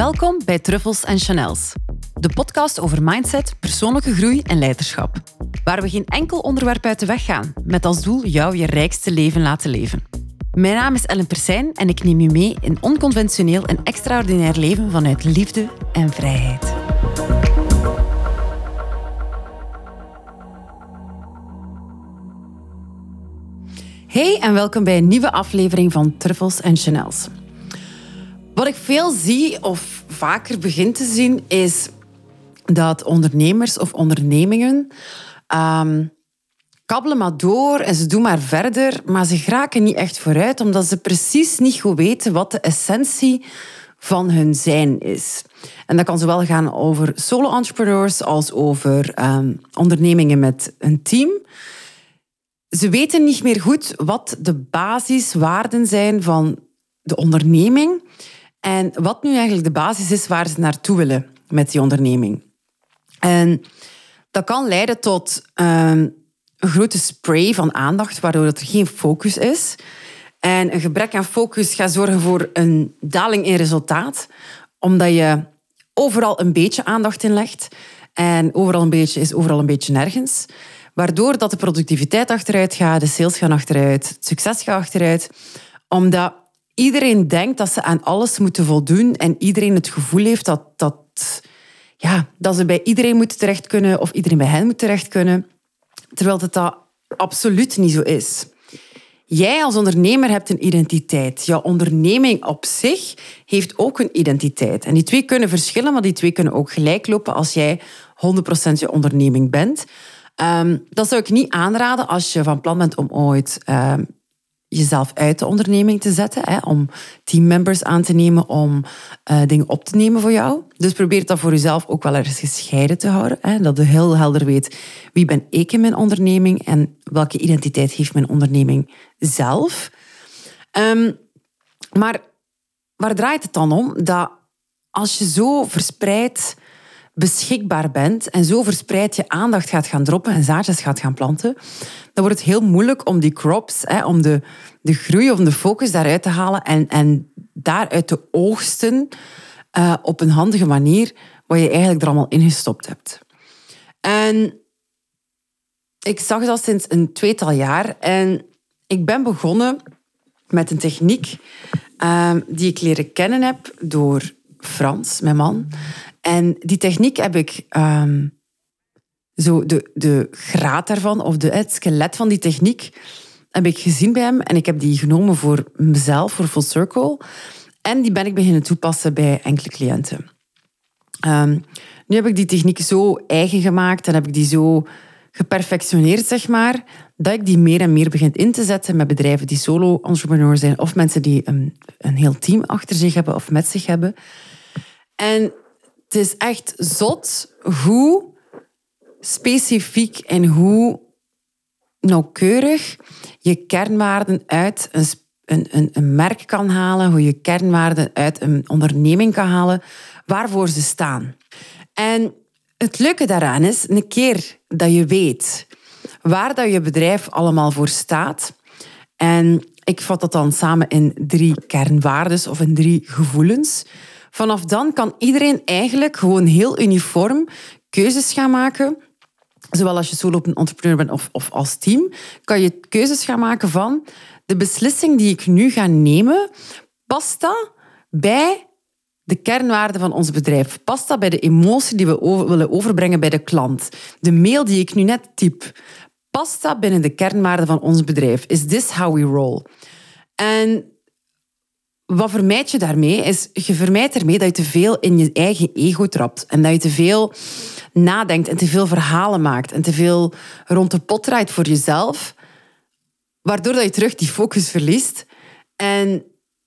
Welkom bij Truffels en Chanels, de podcast over mindset, persoonlijke groei en leiderschap. Waar we geen enkel onderwerp uit de weg gaan, met als doel jou je rijkste leven laten leven. Mijn naam is Ellen Persijn en ik neem je mee in onconventioneel en extraordinair leven vanuit liefde en vrijheid. Hey en welkom bij een nieuwe aflevering van Truffels en Chanels. Wat ik veel zie, of vaker begin te zien, is dat ondernemers of ondernemingen kabbelen maar door en ze doen maar verder, maar ze geraken niet echt vooruit, omdat ze precies niet goed weten wat de essentie van hun zijn is. En dat kan zowel gaan over solo-entrepreneurs als over ondernemingen met een team. Ze weten niet meer goed wat de basiswaarden zijn van de onderneming en wat nu eigenlijk de basis is waar ze naartoe willen met die onderneming. En dat kan leiden tot een grote spray van aandacht, waardoor er geen focus is. En een gebrek aan focus gaat zorgen voor een daling in resultaat, omdat je overal een beetje aandacht in legt. En overal een beetje is overal een beetje nergens. Waardoor dat de productiviteit achteruit gaat, de sales gaan achteruit, het succes gaat achteruit. Omdat iedereen denkt dat ze aan alles moeten voldoen en iedereen het gevoel heeft dat ze bij iedereen moeten terecht kunnen of iedereen bij hen moet terecht kunnen. Terwijl dat absoluut niet zo is. Jij als ondernemer hebt een identiteit. Jouw onderneming op zich heeft ook een identiteit. En die twee kunnen verschillen, maar die twee kunnen ook gelijk lopen als jij 100% je onderneming bent. Dat zou ik niet aanraden als je van plan bent om ooit jezelf uit de onderneming te zetten, om teammembers aan te nemen, om dingen op te nemen voor jou. Dus probeer dat voor jezelf ook wel ergens gescheiden te houden. Dat je heel helder weet wie ben ik in mijn onderneming en welke identiteit heeft mijn onderneming zelf. Maar waar draait het dan om? Dat als je zo verspreid beschikbaar bent en zo verspreid je aandacht gaat gaan droppen en zaadjes gaat gaan planten, dan wordt het heel moeilijk om die crops, om de groei of de focus daaruit te halen en daaruit te oogsten op een handige manier wat je eigenlijk er allemaal in gestopt hebt. En ik zag dat sinds een 2-tal jaar en ik ben begonnen met een techniek die ik leren kennen heb door Frans, mijn man. En die techniek heb ik de graad daarvan, of het skelet van die techniek, heb ik gezien bij hem. En ik heb die genomen voor mezelf, voor Full Circle. En die ben ik beginnen toepassen bij enkele cliënten. Nu heb ik die techniek zo eigen gemaakt en heb ik die zo geperfectioneerd, zeg maar, dat ik die meer en meer begin in te zetten met bedrijven die solo-entrepreneurs zijn of mensen die een heel team achter zich hebben of met zich hebben. En het is echt zot hoe specifiek en hoe nauwkeurig je kernwaarden uit een merk kan halen, hoe je kernwaarden uit een onderneming kan halen, waarvoor ze staan. En het leuke daaraan is, een keer dat je weet waar dat je bedrijf allemaal voor staat, en ik vat dat dan samen in 3 kernwaarden of in 3 gevoelens. Vanaf dan kan iedereen eigenlijk gewoon heel uniform keuzes gaan maken. Zowel als je solo-entrepreneur bent of als team, kan je keuzes gaan maken van de beslissing die ik nu ga nemen, past dat bij de kernwaarden van ons bedrijf? Past dat bij de emotie die we willen overbrengen bij de klant? De mail die ik nu net typ, past dat binnen de kernwaarden van ons bedrijf? Is this how we roll? En wat vermijd je daarmee? Je vermijdt ermee dat je te veel in je eigen ego trapt. En dat je te veel nadenkt en te veel verhalen maakt. En te veel rond de pot draait voor jezelf. Waardoor dat je terug die focus verliest. En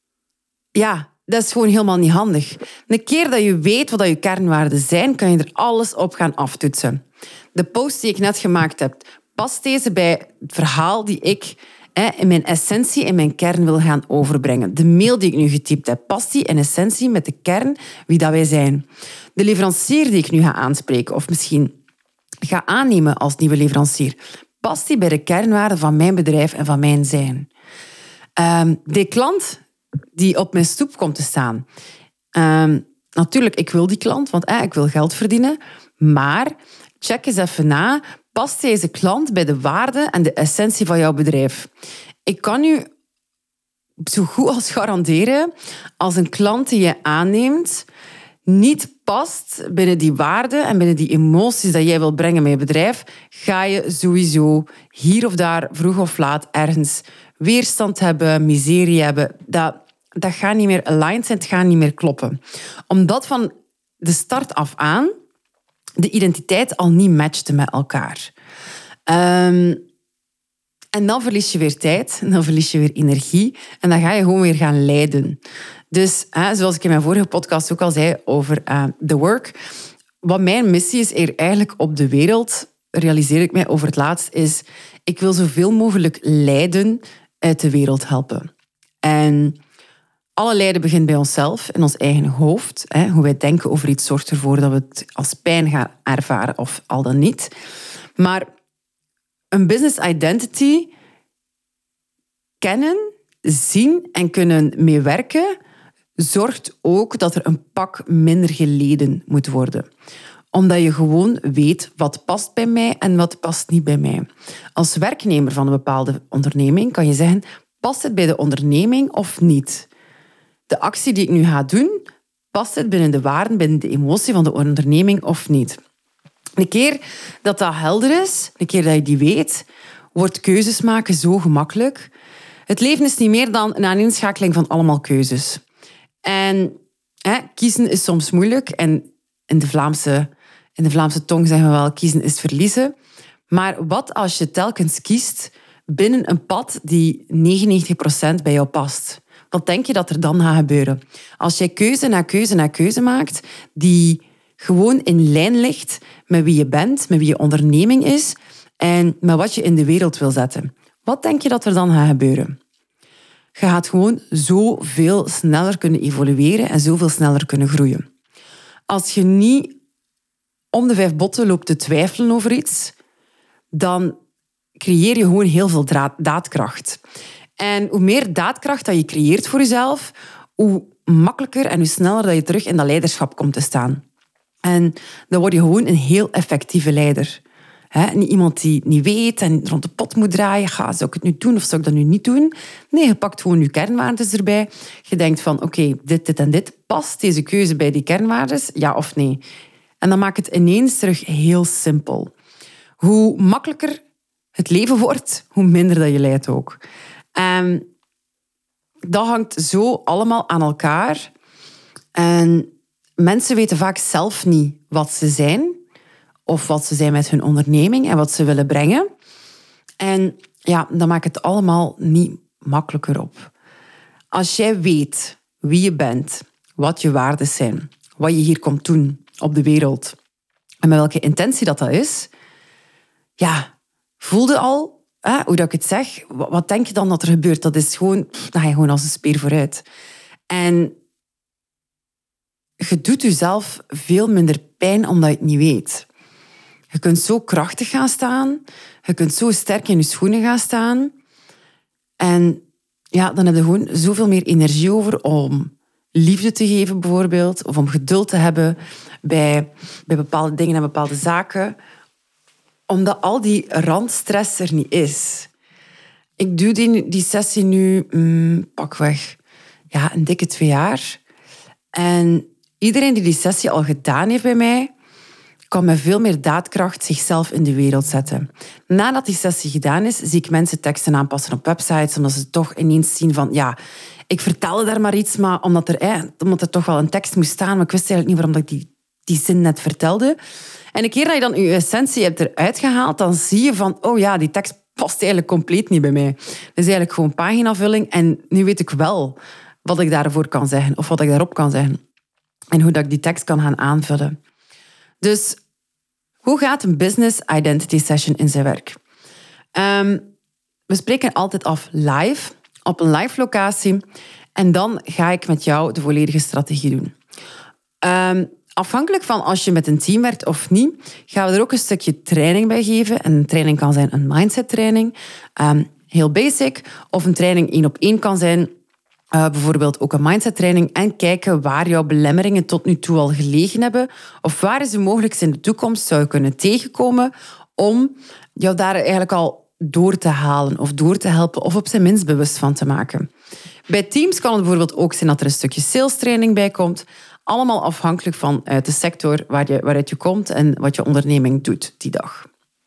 ja, dat is gewoon helemaal niet handig. Een keer dat je weet wat je kernwaarden zijn, kan je er alles op gaan aftoetsen. De post die ik net gemaakt heb, past deze bij het verhaal die ik in mijn essentie, in mijn kern wil gaan overbrengen. De mail die ik nu getypt heb, past die in essentie met de kern wie dat wij zijn. De leverancier die ik nu ga aanspreken, of misschien ga aannemen als nieuwe leverancier, past die bij de kernwaarden van mijn bedrijf en van mijn zijn. De klant die op mijn stoep komt te staan, Natuurlijk, ik wil die klant, want ik wil geld verdienen. Maar check eens even na, past deze klant bij de waarde en de essentie van jouw bedrijf? Ik kan u zo goed als garanderen, als een klant die je aanneemt niet past binnen die waarden en binnen die emoties dat jij wil brengen met je bedrijf, ga je sowieso hier of daar, vroeg of laat, ergens weerstand hebben, miserie hebben. Dat gaat niet meer aligned zijn, het gaat niet meer kloppen. Omdat van de start af aan de identiteit al niet matchte met elkaar. En dan verlies je weer tijd, dan verlies je weer energie en dan ga je gewoon weer gaan lijden. Dus zoals ik in mijn vorige podcast ook al zei over The Work, wat mijn missie is hier eigenlijk op de wereld, realiseer ik mij over het laatst, is ik wil zoveel mogelijk lijden uit de wereld helpen. En alle lijden begint bij onszelf, in ons eigen hoofd. Hoe wij denken over iets zorgt ervoor dat we het als pijn gaan ervaren of al dan niet. Maar een business identity kennen, zien en kunnen meewerken zorgt ook dat er een pak minder geleden moet worden. Omdat je gewoon weet wat past bij mij en wat past niet bij mij. Als werknemer van een bepaalde onderneming kan je zeggen, past het bij de onderneming of niet? De actie die ik nu ga doen, past het binnen de waarden, binnen de emotie van de onderneming of niet? Een keer dat helder is, een keer dat je die weet, wordt keuzes maken zo gemakkelijk. Het leven is niet meer dan een aaneenschakeling van allemaal keuzes. En kiezen is soms moeilijk. En in de Vlaamse tong zeggen we wel, kiezen is verliezen. Maar wat als je telkens kiest binnen een pad die 99% bij jou past? Wat denk je dat er dan gaat gebeuren? Als jij keuze na keuze na keuze maakt die gewoon in lijn ligt met wie je bent, met wie je onderneming is en met wat je in de wereld wil zetten. Wat denk je dat er dan gaat gebeuren? Je gaat gewoon zoveel sneller kunnen evolueren en zoveel sneller kunnen groeien. Als je niet om de 5 botten loopt te twijfelen over iets, dan creëer je gewoon heel veel daadkracht. En hoe meer daadkracht dat je creëert voor jezelf, hoe makkelijker en hoe sneller dat je terug in dat leiderschap komt te staan. En dan word je gewoon een heel effectieve leider. Niet iemand die niet weet en rond de pot moet draaien. Zou ik het nu doen of zou ik dat nu niet doen? Nee, je pakt gewoon je kernwaarden erbij. Je denkt van, oké, dit en dit. Past deze keuze bij die kernwaarden? Ja of nee? En dan maakt het ineens terug heel simpel. Hoe makkelijker het leven wordt, hoe minder dat je lijdt ook. Dat hangt zo allemaal aan elkaar. En mensen weten vaak zelf niet wat ze zijn of wat ze zijn met hun onderneming en wat ze willen brengen. En ja, dan maakt het allemaal niet makkelijker op. Als jij weet wie je bent, wat je waarden zijn, wat je hier komt doen op de wereld en met welke intentie dat is, ja, voelde al, hoe dat ik het zeg, wat denk je dan dat er gebeurt? Dat is gewoon, dan ga je gewoon als een speer vooruit. En je doet jezelf veel minder pijn omdat je het niet weet. Je kunt zo krachtig gaan staan. Je kunt zo sterk in je schoenen gaan staan. En ja, dan heb je gewoon zoveel meer energie over om liefde te geven, bijvoorbeeld. Of om geduld te hebben bij bepaalde dingen en bepaalde zaken. Omdat al die randstress er niet is. Ik doe die sessie nu pakweg een dikke 2 jaar. En iedereen die sessie al gedaan heeft bij mij, kan met veel meer daadkracht zichzelf in de wereld zetten. Nadat die sessie gedaan is, zie ik mensen teksten aanpassen op websites, omdat ze toch ineens zien van, ja, ik vertelde daar maar iets, maar omdat er toch wel een tekst moest staan, maar ik wist eigenlijk niet waarom ik die zin net vertelde. En een keer dat je dan je essentie hebt eruit gehaald, dan zie je van, oh ja, die tekst past eigenlijk compleet niet bij mij. Dat is eigenlijk gewoon paginavulling en nu weet ik wel wat ik daarvoor kan zeggen of wat ik daarop kan zeggen. En hoe dat ik die tekst kan gaan aanvullen. Dus hoe gaat een business identity session in zijn werk? We spreken altijd af live, op een live locatie. En dan ga ik met jou de volledige strategie doen. Afhankelijk van als je met een team werkt of niet, gaan we er ook een stukje training bij geven. En een training kan zijn een mindset training, heel basic. Of een training 1-op-1 kan zijn Bijvoorbeeld ook een mindset training en kijken waar jouw belemmeringen tot nu toe al gelegen hebben of waar ze mogelijk in de toekomst zou kunnen tegenkomen om jou daar eigenlijk al door te halen of door te helpen of op zijn minst bewust van te maken. Bij teams kan het bijvoorbeeld ook zijn dat er een stukje sales training bij komt. Allemaal afhankelijk van de sector waaruit je komt en wat je onderneming doet die dag.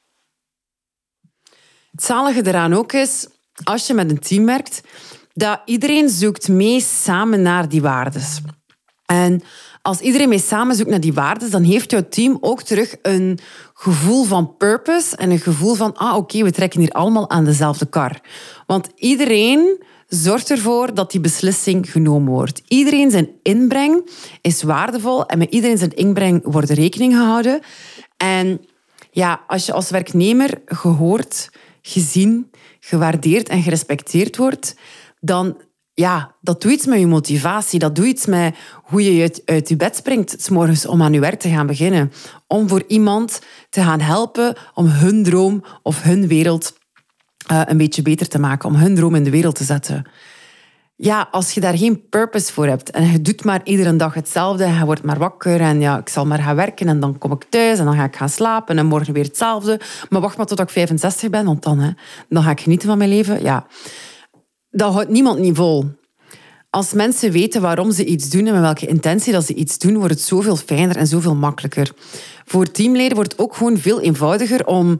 Het zalige eraan ook is, als je met een team werkt, dat iedereen zoekt mee samen naar die waardes. En als iedereen mee samen zoekt naar die waardes, dan heeft jouw team ook terug een gevoel van purpose en een gevoel van, oké, we trekken hier allemaal aan dezelfde kar. Want iedereen zorgt ervoor dat die beslissing genomen wordt. Iedereen zijn inbreng is waardevol en met iedereen zijn inbreng wordt rekening gehouden. En ja, als je als werknemer gehoord, gezien, gewaardeerd en gerespecteerd wordt, dan dat doet iets met je motivatie. Dat doet iets met hoe je uit je bed springt 's morgens om aan je werk te gaan beginnen. Om voor iemand te gaan helpen om hun droom of hun wereld een beetje beter te maken. Om hun droom in de wereld te zetten. Ja, als je daar geen purpose voor hebt en je doet maar iedere dag hetzelfde en je wordt maar wakker en ik zal maar gaan werken en dan kom ik thuis en dan ga ik gaan slapen en morgen weer hetzelfde. Maar wacht maar tot ik 65 ben, want dan ga ik genieten van mijn leven. Ja, dat houdt niemand niet vol. Als mensen weten waarom ze iets doen en met welke intentie dat ze iets doen, wordt het zoveel fijner en zoveel makkelijker. Voor teamleden wordt het ook gewoon veel eenvoudiger om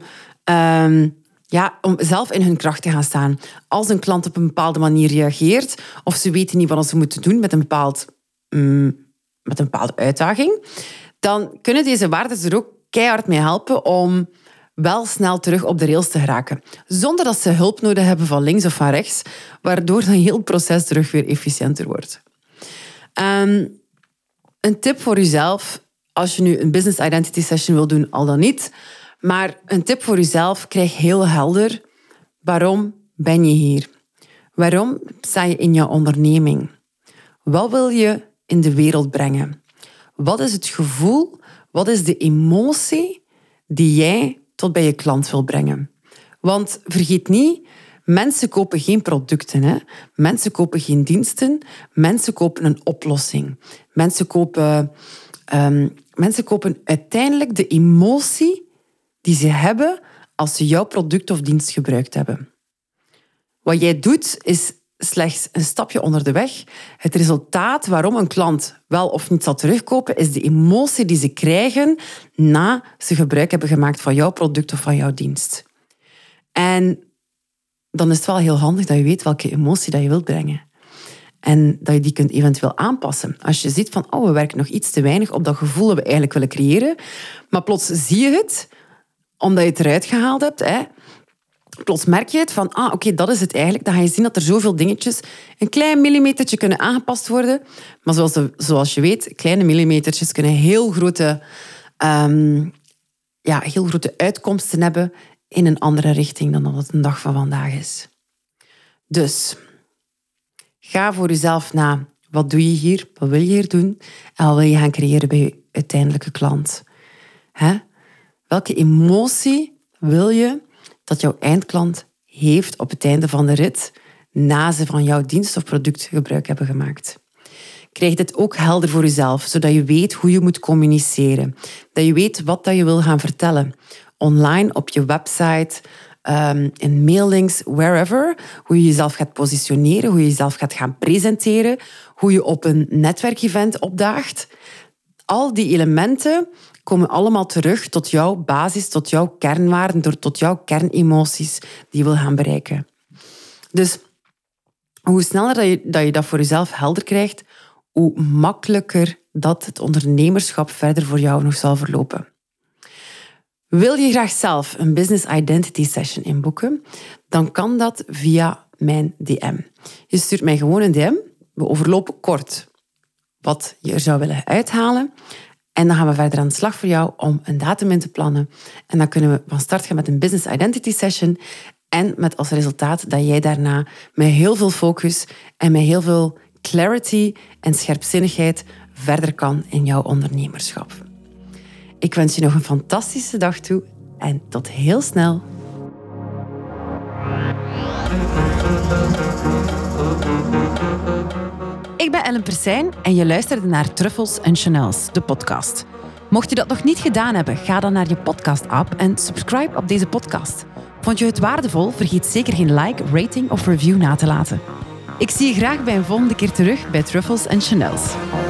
zelf in hun kracht te gaan staan. Als een klant op een bepaalde manier reageert of ze weten niet wat ze moeten doen met een bepaalde uitdaging, dan kunnen deze waarden er ook keihard mee helpen om wel snel terug op de rails te geraken. Zonder dat ze hulp nodig hebben van links of van rechts, waardoor het heel proces terug weer efficiënter wordt. Een tip voor jezelf, als je nu een business identity session wil doen, al dan niet. Maar een tip voor jezelf, krijg heel helder. Waarom ben je hier? Waarom sta je in jouw onderneming? Wat wil je in de wereld brengen? Wat is het gevoel, wat is de emotie die jij tot bij je klant wil brengen? Want vergeet niet, mensen kopen geen producten. Hè? Mensen kopen geen diensten. Mensen kopen een oplossing. Mensen kopen uiteindelijk de emotie die ze hebben als ze jouw product of dienst gebruikt hebben. Wat jij doet, is slechts een stapje onder de weg. Het resultaat waarom een klant wel of niet zal terugkopen, is de emotie die ze krijgen na ze gebruik hebben gemaakt van jouw product of van jouw dienst. En dan is het wel heel handig dat je weet welke emotie dat je wilt brengen. En dat je die kunt eventueel aanpassen. Als je ziet van, we werken nog iets te weinig op dat gevoel dat we eigenlijk willen creëren, maar plots zie je het, omdat je het eruit gehaald hebt, plots merk je het van, oké, dat is het eigenlijk. Dan ga je zien dat er zoveel dingetjes een klein millimetertje kunnen aangepast worden. Maar zoals je weet, kleine millimetertjes kunnen heel grote uitkomsten hebben in een andere richting dan dat het een dag van vandaag is. Dus ga voor jezelf na. Wat doe je hier? Wat wil je hier doen? En wat wil je gaan creëren bij je uiteindelijke klant? Welke emotie wil je dat jouw eindklant heeft op het einde van de rit, na ze van jouw dienst of product gebruik hebben gemaakt? Krijg dit ook helder voor jezelf, zodat je weet hoe je moet communiceren. Dat je weet wat dat je wil gaan vertellen. Online, op je website, in mailings, wherever. Hoe je jezelf gaat positioneren, hoe je jezelf gaat gaan presenteren, hoe je op een netwerkevent opdaagt. Al die elementen komen allemaal terug tot jouw basis, tot jouw kernwaarden, tot jouw kernemoties die je wil gaan bereiken. Dus hoe sneller dat je dat voor jezelf helder krijgt, hoe makkelijker dat het ondernemerschap verder voor jou nog zal verlopen. Wil je graag zelf een Business Identity Session inboeken, dan kan dat via mijn DM. Je stuurt mij gewoon een DM. We overlopen kort wat je er zou willen uithalen. En dan gaan we verder aan de slag voor jou om een datum in te plannen. En dan kunnen we van start gaan met een Business Identity Session. En met als resultaat dat jij daarna met heel veel focus en met heel veel clarity en scherpzinnigheid verder kan in jouw ondernemerschap. Ik wens je nog een fantastische dag toe en tot heel snel. ben Ellen Persijn en je luisterde naar Truffels en Chanels, de podcast. Mocht je dat nog niet gedaan hebben, ga dan naar je podcast-app en subscribe op deze podcast. Vond je het waardevol? Vergeet zeker geen like, rating of review na te laten. Ik zie je graag bij een volgende keer terug bij Truffles en Chanels.